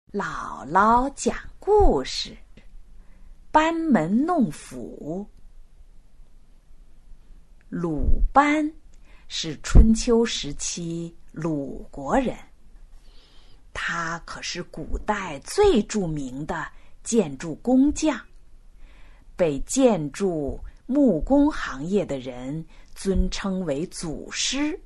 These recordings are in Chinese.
姥姥讲故事，班门弄斧。鲁班是春秋时期鲁国人，他可是古代最著名的建筑工匠，被建筑木工行业的人尊称为祖师。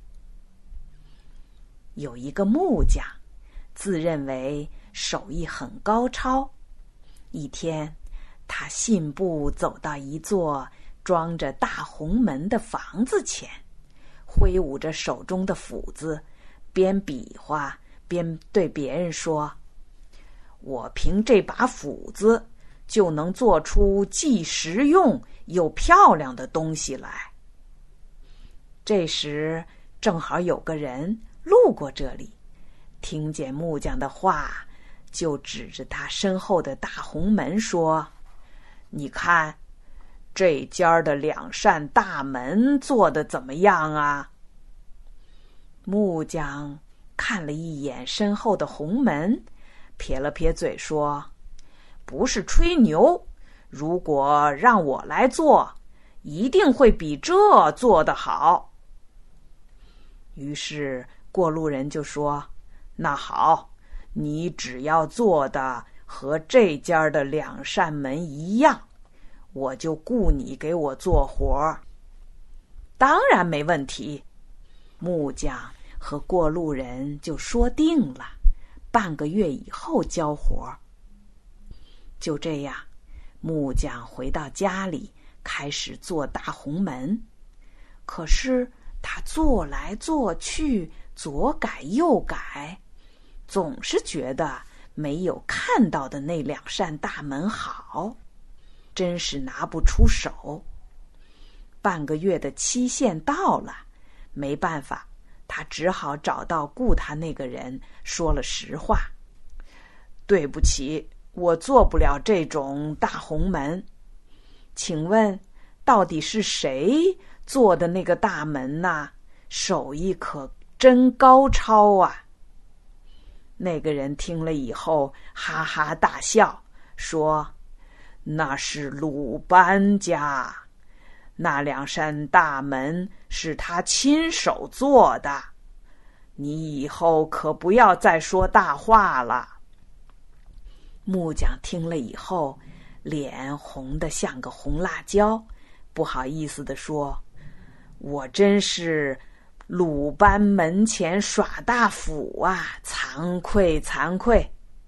有一个木匠，自认为手艺很高超。一天，他信步走到一座装着大红门的房子前，挥舞着手中的斧子，边比划边对别人说：“我凭这把斧子就能做出既实用又漂亮的东西来。”这时，正好有个人路过这里，听见木匠的话，就指着他身后的大红门说：“你看，这家的2扇大门做得怎么样啊？”木匠看了一眼身后的红门，撇了撇嘴说：“不是吹牛，如果让我来做，一定会比这做得好。”于是过路人就说：“那好，你只要做的和这家的2扇门一样，我就雇你给我做活。”当然没问题。木匠和过路人就说定了，半个月以后交活。就这样，木匠回到家里，开始做大红门。可是他做来做去，左改右改，总是觉得没有看到的那2扇大门好，真是拿不出手。半个月的期限到了，没办法，他只好找到雇他那个人，说了实话：“对不起，我做不了这种大红门。请问，到底是谁做的那个大门呢？手艺可真高超啊！”那个人听了以后哈哈大笑，说：“那是鲁班家，那2扇大门是他亲手做的，你以后可不要再说大话了。”木匠听了以后，脸红得像个红辣椒，不好意思地说：“我真是鲁班门前耍大斧啊，惭愧惭愧。”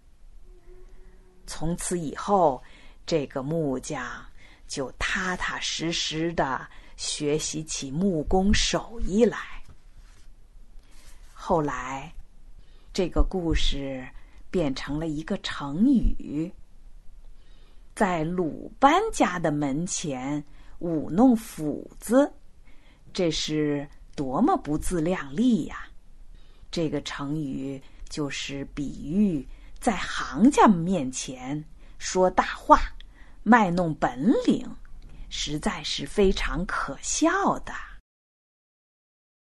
从此以后，这个木匠就踏踏实实地学习起木工手艺来。后来，这个故事变成了一个成语：在鲁班家的门前舞弄斧子，这是多么不自量力呀！这个成语就是比喻在行家面前说大话，卖弄本领，实在是非常可笑的。